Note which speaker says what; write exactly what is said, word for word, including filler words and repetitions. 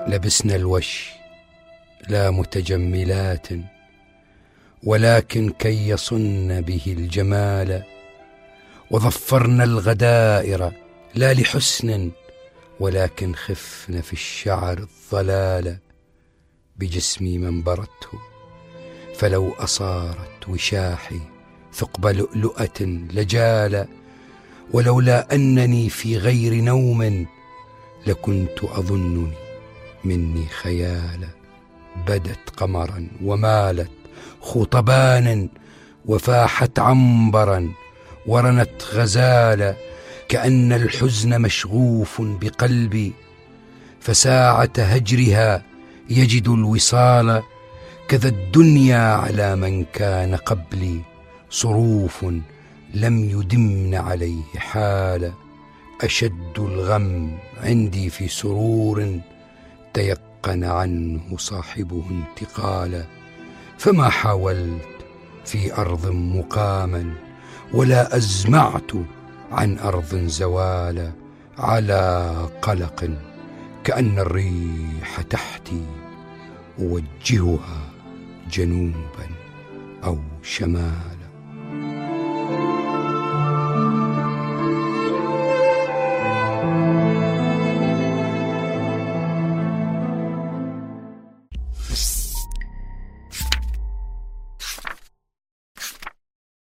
Speaker 1: لبسنا الوش لا متجملات، ولكن كي يصن به الجمال، وظفرنا الغدائر لا لحسن، ولكن خفن في الشعر الضلال. بجسمي من برته فلو أصارت وشاحي ثقب لؤلؤة لجال، ولولا أنني في غير نوم لكنت أظنني مني خيالا. بدت قمرا ومالت خطبانا، وفاحت عنبرا ورنت غزالا، كأن الحزن مشغوف بقلبي، فساعة هجرها يجد الوصال. كذا الدنيا على من كان قبلي، صروف لم يدمن عليه حالا. أشد الغم عندي في سرور تيقن عنه صاحبه انتقالا. فما حاولت في أرض مقاما، ولا أزمعت عن أرض زوالا. على قلق كأن الريح تحتي، أوجهها جنوبا أو شمالا.